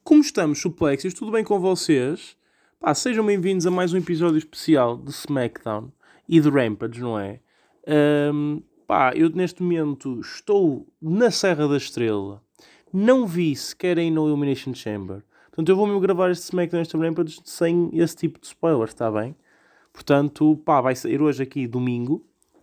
Como estamos, suplexos? Tudo bem com vocês? Pá, sejam bem-vindos a mais um episódio especial de SmackDown e de Rampage, não é? Eu neste momento estou na Serra da Estrela. Não vi sequer aí no Elimination Chamber. Portanto, eu vou mesmo gravar este SmackDown, este Rampage, sem esse tipo de spoilers, está bem? Portanto, vai sair hoje aqui, domingo,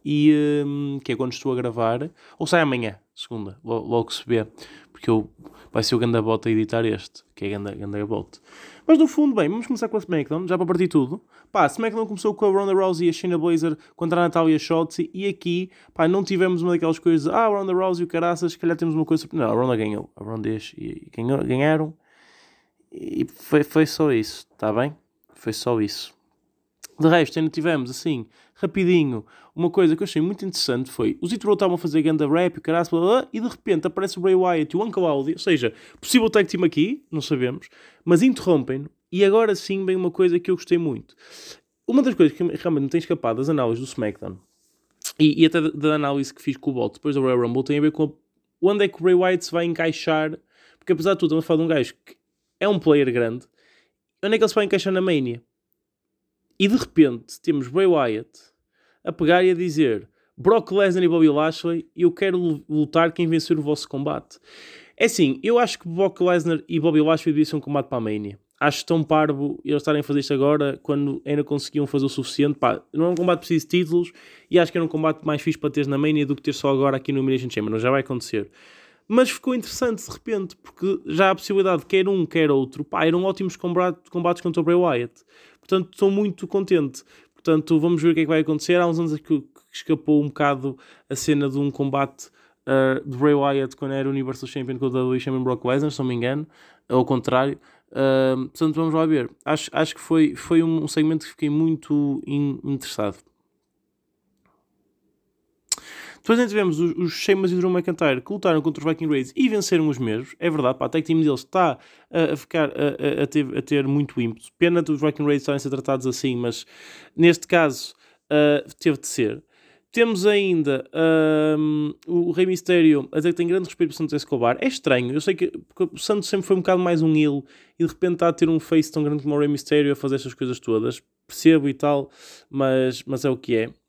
e que é quando estou a gravar, ou sai amanhã, segunda, logo se vê, porque vai ser o ganda bot a editar este, que é ganda bot. Mas no fundo, bem, vamos começar com a SmackDown, já para partir tudo. A SmackDown começou com a Ronda Rousey e a Shayna Baszler contra a Natália Shotzi, e aqui, não tivemos uma daquelas coisas, a Ronda Rousey e o caraças, se calhar temos uma coisa, não, a Ronda ganhou, a Ronda e ganharam, e foi só isso, está bem? Foi só isso. De resto, ainda tivemos, assim, rapidinho, uma coisa que eu achei muito interessante foi, os Hit Row estavam a fazer ganda rap, e de repente aparece o Bray Wyatt e o Uncle Howdy, ou seja, possível tag team aqui, não sabemos, mas interrompem-no, e agora sim vem uma coisa que eu gostei muito. Uma das coisas que realmente me tem escapado das análises do SmackDown, e até da análise que fiz com o bot depois da Royal Rumble, tem a ver com onde é que o Bray Wyatt se vai encaixar, porque apesar de tudo, estamos a falar de um gajo que é um player grande, onde é que ele se vai encaixar na Mania? E de repente temos Bray Wyatt a pegar e a dizer: Brock Lesnar e Bobby Lashley, eu quero lutar quem vencer o vosso combate. É assim, eu acho que Brock Lesnar e Bobby Lashley deviam ser um combate para a Mania. Acho tão parvo eles estarem a fazer isto agora quando ainda conseguiam fazer o suficiente. Não é um combate preciso de títulos e acho que era um combate mais fixe para teres na Mania do que ter só agora aqui no Elimination Chamber. Não já vai acontecer. Mas ficou interessante de repente, porque já há a possibilidade de quer um, quer outro. Eram ótimos combates contra o Bray Wyatt. Portanto, estou muito contente. Portanto, vamos ver o que é que vai acontecer. Há uns anos que escapou um bocado a cena de um combate de Bray Wyatt quando era Universal Champion com o WWE Champion Brock Lesnar, se não me engano. Ao contrário. Portanto, vamos lá ver. Acho que foi um segmento que fiquei muito interessado. Depois ainda tivemos os Sheamus e o Drew McIntyre que lutaram contra os Viking Raiders e venceram os mesmos. É verdade, a tag team deles está a ter muito ímpeto. Pena dos Viking Raiders estarem a ser tratados assim, mas neste caso teve de ser. Temos ainda o Rey Mysterio a dizer que tem grande respeito por Santos Escobar. É estranho, eu sei que o Santos sempre foi um bocado mais um heel e de repente está a ter um face tão grande como o Rey Mysterio a fazer estas coisas todas. Percebo e tal, mas é o que é.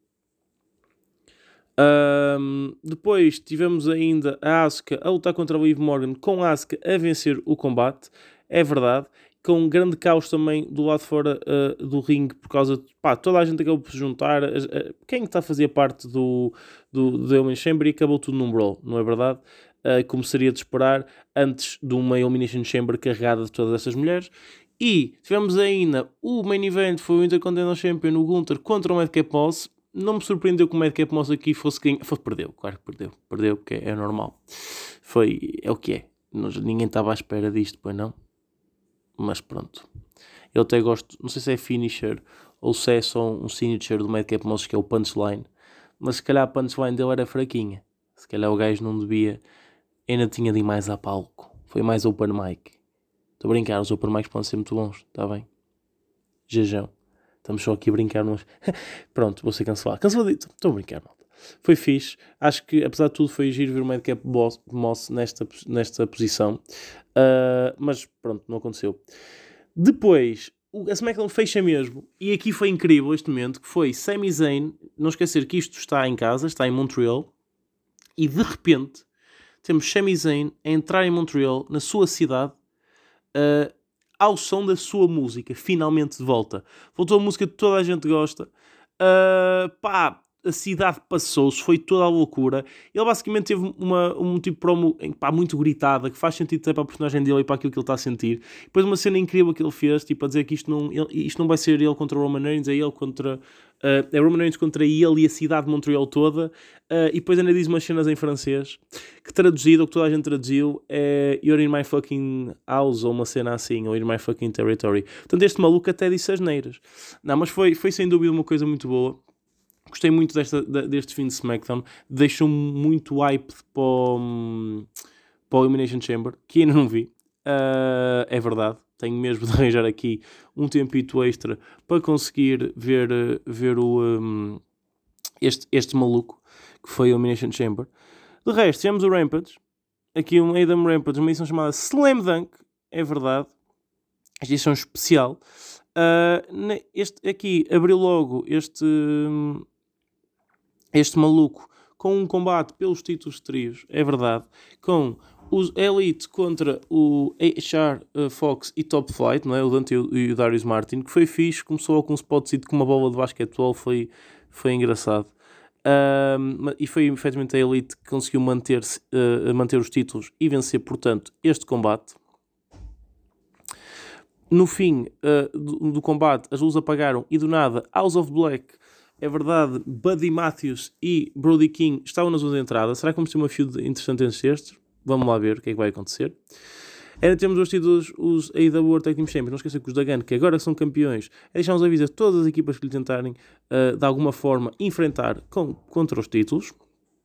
Depois tivemos ainda a Asuka a lutar contra a Liv Morgan, com a Asuka a vencer o combate, é verdade, com um grande caos também do lado fora do ringue, por causa de toda a gente acabou por se juntar, quem está a fazer parte do Elimination Chamber, e acabou tudo num brawl, não é verdade? Como seria de esperar antes de uma Elimination Chamber carregada de todas essas mulheres. E tivemos ainda o main event, foi o Intercontinental Champion, o Gunther contra o Madcap Moss. Não me surpreendeu que o Madcap Moss aqui fosse ganhar. Perdeu, claro que perdeu. Perdeu, porque é normal. É o que é. Ninguém estava à espera disto, pois não? Mas pronto. Eu até gosto, não sei se é finisher ou se é só um signature do Madcap Moss, que é o punchline. Mas se calhar a punchline dele era fraquinha. Se calhar o gajo não devia. Ainda tinha de ir mais a palco. Foi mais open mic. Estou a brincar, os open mics podem ser muito bons, está bem? Jejão. Estamos só aqui a brincar. Pronto, vou ser cancelado. Canceladito. Estou a brincar, malta. Foi fixe. Acho que, apesar de tudo, foi giro ver o Madcap Moss nesta posição. Mas, pronto, não aconteceu. Depois, a SmackDown fecha mesmo. E aqui foi incrível este momento, que foi Sami Zayn. Não esquecer que isto está em casa, está em Montreal. E, de repente, temos Sami Zayn a entrar em Montreal, na sua cidade, ao som da sua música, finalmente de volta. Voltou a música que toda a gente gosta. A cidade passou-se, foi toda a loucura. Ele basicamente teve um tipo de promo muito gritada, que faz sentido até para a personagem dele e para aquilo que ele está a sentir. Depois uma cena incrível que ele fez, tipo a dizer que isto não vai ser ele contra o Roman Reigns, é ele contra... é Roman Reigns contra ele e a cidade de Montreal toda. E depois ainda diz umas cenas em francês, que traduzido, ou que toda a gente traduziu, é You're in my fucking house, ou uma cena assim, ou in my fucking territory. Portanto, este maluco até disse asneiras. Não, mas foi sem dúvida uma coisa muito boa. Gostei muito deste fim de SmackDown. Deixou-me muito hype para o Elimination Chamber, que ainda não vi. É verdade. Tenho mesmo de arranjar aqui um tempito extra para conseguir ver este maluco, que foi o Elimination Chamber. De resto, tivemos o Rampage. Aqui um Adam Rampage, uma edição chamada Slam Dunk. é verdade. Esta edição especial. Este aqui abriu logo este maluco com um combate pelos títulos de trios, é verdade, com os Elite contra o HR Fox e Top Flight, não é? O Dante e o Darius Martin, que foi fixe, começou com um spotzinho com uma bola de basquetebol, foi engraçado. E foi efetivamente a Elite que conseguiu manter os títulos e vencer, portanto, este combate. No fim do combate, as luzes apagaram e do nada, House of Black, é verdade, Buddy Matthews e Brody King estavam na zona de entrada. Será que vamos ter uma feud interessante entre estes? Vamos lá ver o que é que vai acontecer. Ainda temos os títulos, os AEW World Tag Team Champions. Não esqueça que os da Gun, que agora são campeões, deixamos aviso a todas as equipas que lhe tentarem, de alguma forma, enfrentar contra os títulos.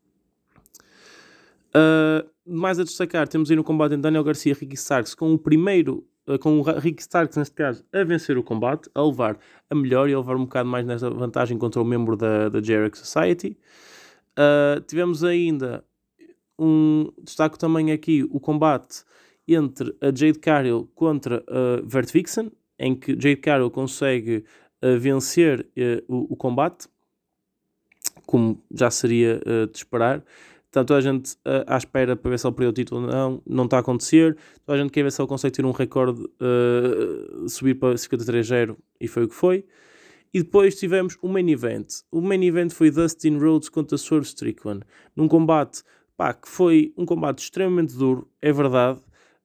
Mais a destacar, temos aí no combate entre Daniel Garcia e Ricky Starks, com o Ricky Starks, neste caso, a vencer o combate, a levar a melhor e a levar um bocado mais nessa vantagem contra o membro da Jericho Society. Tivemos ainda destaco também aqui o combate entre a Jade Cargill contra a Vert Vixen, em que Jade Cargill consegue vencer o combate, como já seria de esperar. Portanto, toda a gente à espera para ver se ele perdeu o título. Não está a acontecer. Toda a gente quer ver se ele consegue ter um recorde, subir para 53-0, e foi o que foi. E depois tivemos o main event. O main event foi Dustin Rhodes contra Swerve Strickland, num combate que foi um combate extremamente duro, é verdade.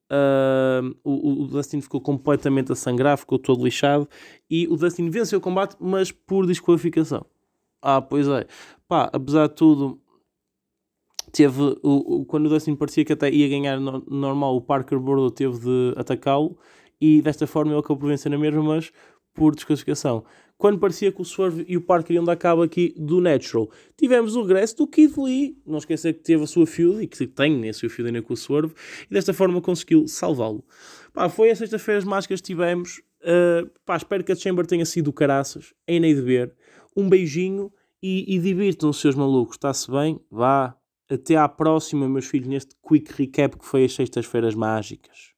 O Dustin ficou completamente a sangrar, ficou todo lixado, e o Dustin venceu o combate, mas por desqualificação. Pois é. Apesar de tudo, teve quando o Dustin parecia que até ia ganhar normal, o Parker Boudreaux teve de atacá-lo, e desta forma ele acabou por vencer na mesma, mas por desclassificação. Quando parecia que o Swerve e o Parker iam dar cabo aqui do Natural, tivemos o regresso do Keith Lee. Não esqueça que teve a sua feud, e que tem a sua feud ainda com o Swerve, e desta forma conseguiu salvá-lo. Foi a sexta-feira as máscaras que tivemos. Espero que a Chamber tenha sido caraças, ainda hei de ver. Um beijinho e divirtam-se, seus malucos. Está-se bem? Vá. Até à próxima, meus filhos, neste quick recap que foi as sextas-feiras mágicas.